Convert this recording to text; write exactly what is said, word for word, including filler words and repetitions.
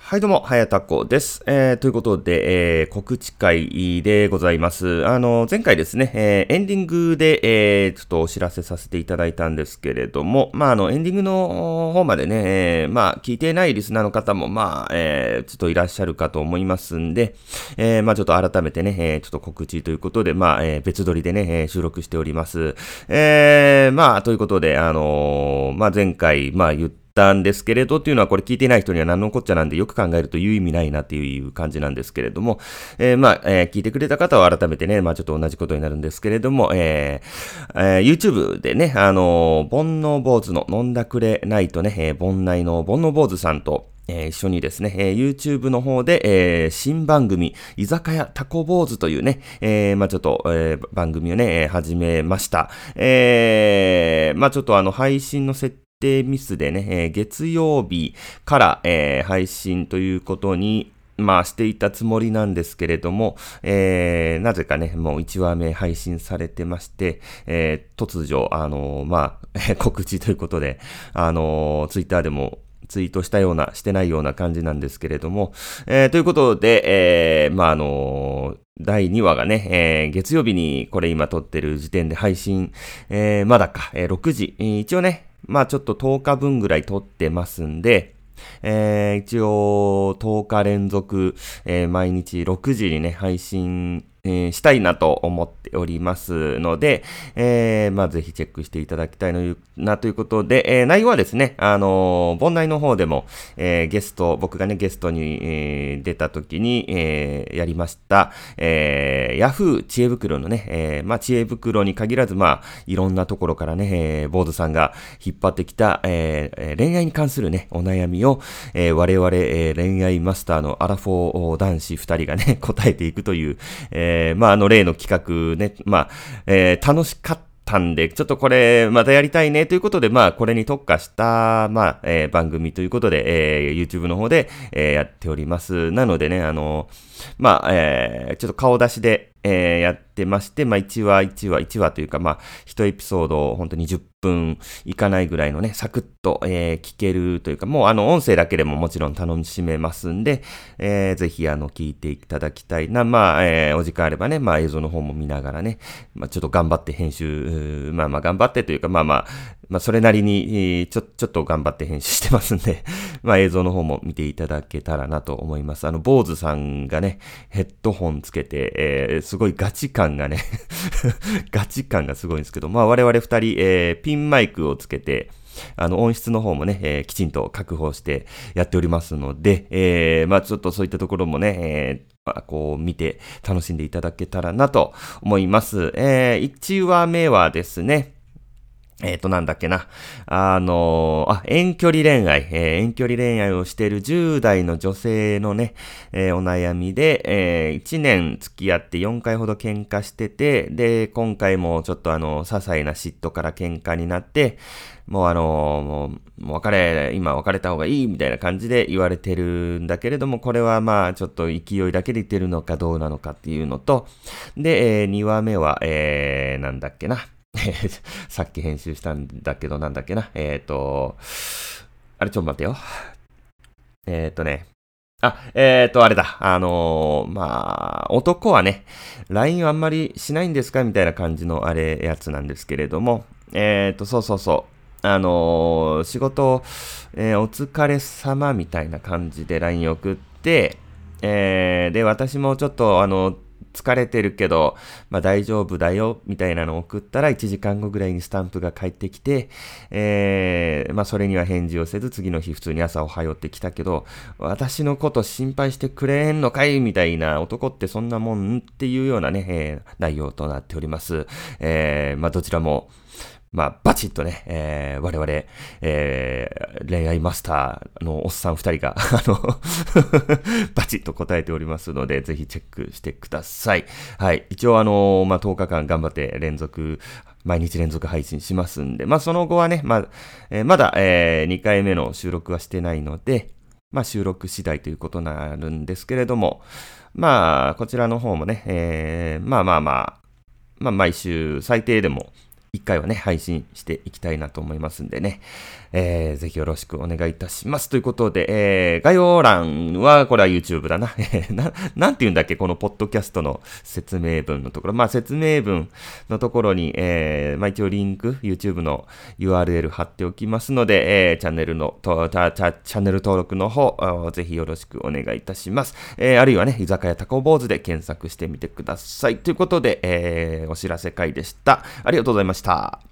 はい、どうも、はやたこです。えー、ということで、えー、告知会でございます。あの、前回ですね、えー、エンディングで、えー、ちょっとお知らせさせていただいたんですけれども、まあ、あの、エンディングの方までね、えー、まあ、聞いていないリスナーの方も、まあ、えー、ちょっといらっしゃるかと思いますんで、えー、まあ、ちょっと改めてね、えー、ちょっと告知ということで、まあ、えー、別撮りでね、えー、収録しております。えー、まあ、ということで、あのー、まあ、前回、まあ、言ってたんですけれどっていうのはこれ聞いてない人には何のこっちゃなんでよく考えると言う意味ないなっていう感じなんですけれども、えー、まあ、えー、聞いてくれた方は改めてね、まあちょっと同じことになるんですけれども、えーえー、YouTube でね、あのー、煩悩坊主の飲んだくれないとね、えー、煩内の煩悩坊主さんと、えー、一緒にですね、えー、YouTube の方で、えー、新番組、居酒屋タコ坊主というね、えー、まあちょっと、えー、番組をね、えー、始めました。えー、まあちょっとあの、配信の設定でミスでね、えー、月曜日から、えー、配信ということに、まあしていたつもりなんですけれども、えー、なぜかね、もういちわめ配信されてまして、えー、突如、あのー、まあ、告知ということで、あのー、ツイッターでもツイートしたような、してないような感じなんですけれども、えー、ということで、えー、まあ、あのー、だいにわがね、えー、月曜日にこれ今撮ってる時点で配信、えー、まだか、えー、ろくじ、一応ね、まあちょっととおかぶんぐらい撮ってますんで、えー、一応とおか連続、えー、毎日ろくじにね、配信、えー、したいなと思っておりますので、えー、まあぜひチェックしていただきたいのなということで、えー、内容はですね、あのー、盆内の方でも、えー、ゲスト、僕がね、ゲストに、えー、出た時に、えー、やりました、えー、ヤフー知恵袋のね、えー、まあ知恵袋に限らず、まあいろんなところからね、えー、坊主さんが引っ張ってきた、えー、恋愛に関するね、お悩みを、えー、我々、えー、恋愛マスターのアラフォー男子二人がね、答えていくという、えー、まあ、あの例の企画ね、まあ、えー、楽しかったんで、ちょっとこれ、またやりたいねということで、まあ、これに特化した、まあ、えー、番組ということで、えー、YouTube の方で、えー、やっております。なのでね、あの、まあ、えー、ちょっと顔出しで、えー、やってまして、まあ、いちわいちわ、いちわというか、まあ、いちエピソード、本当にじゅっぷんいかないぐらいのね、サクッと、えー、聞けるというか、もうあの、音声だけでももちろん楽しめますんで、えー、ぜひ、あの、聞いていただきたいな。まあ、えー、お時間あればね、まあ、映像の方も見ながらね、まあ、ちょっと頑張って編集、まあまあ、頑張ってというか、まあまあ、まあ、それなりに、ちょ、ちょっと頑張って編集してますんで、まあ、映像の方も見ていただけたらなと思います。あの、坊主さんがね、ヘッドホンつけて、えー、すごいガチ感がね、ガチ感がすごいんですけど、まあ、我々二人、えー、ピンマイクをつけて、あの、音質の方もね、えー、きちんと確保してやっておりますので、えー、まあ、ちょっとそういったところもね、えーまあ、こう見て楽しんでいただけたらなと思います。えー、いちわめはですね、えっと、なんだっけな。あのー、あ、遠距離恋愛、えー、遠距離恋愛をしているじゅう代の女性のね、えー、お悩みで、えー、いちねん付き合ってよんかいほど喧嘩してて、で、今回もちょっとあの、些細な嫉妬から喧嘩になって、もうあのー、もう、もう別れ、今別れた方がいいみたいな感じで言われてるんだけれども、これはまあ、ちょっと勢いだけで言ってるのかどうなのかっていうのと、で、えー、にわめは、えー、なんだっけな。さっき編集したんだけどなんだっけな。えっ、ー、と、あれちょっと待ってよ。えっ、ー、とね。あ、えっ、ー、と、あれだ。あのー、まあ、男はね、ライン あんまりしないんですかみたいな感じのあれやつなんですけれども。えっ、と、そうそうそう。あの仕事、えお疲れ様みたいな感じで ライン 送って、えー、で、私もちょっと、あの、疲れてるけど、まあ大丈夫だよ、みたいなのを送ったらいちじかんごぐらいにスタンプが返ってきて、えー、まあそれには返事をせず次の日普通に朝おはようって来たけど、私のこと心配してくれんのかいみたいな、男ってそんなもんっていうようなね、えー、内容となっております。えー、まあどちらも、まあ、バチッとね、えー、我々、えー、恋愛マスターのおっさん二人が、あの、バチッと答えておりますので、ぜひチェックしてください。はい。一応あの、まあ、とおかかん頑張って連続、毎日連続配信しますんで、まあ、その後はね、まあ、えー、まだ、えー、にかいめの収録はしてないので、まあ、収録次第ということになるんですけれども、まあ、こちらの方もね、えー、まあまあまあ、まあ、毎週最低でも、一回はね、配信していきたいなと思いますんでね。 えー、ぜひよろしくお願いいたします。ということで、えー、概要欄は、これは YouTube だな。な、なんて言うんだっけこのポッドキャストの説明文のところ。まあ、説明文のところに、えー、まあ一応リンク、YouTube の ユーアールエル 貼っておきますので、えー、チャンネルの、と、チャンネル登録の方、ぜひよろしくお願いいたします。えー、あるいはね、居酒屋タコ坊主で検索してみてください。ということで、えー、お知らせ会でした。ありがとうございました。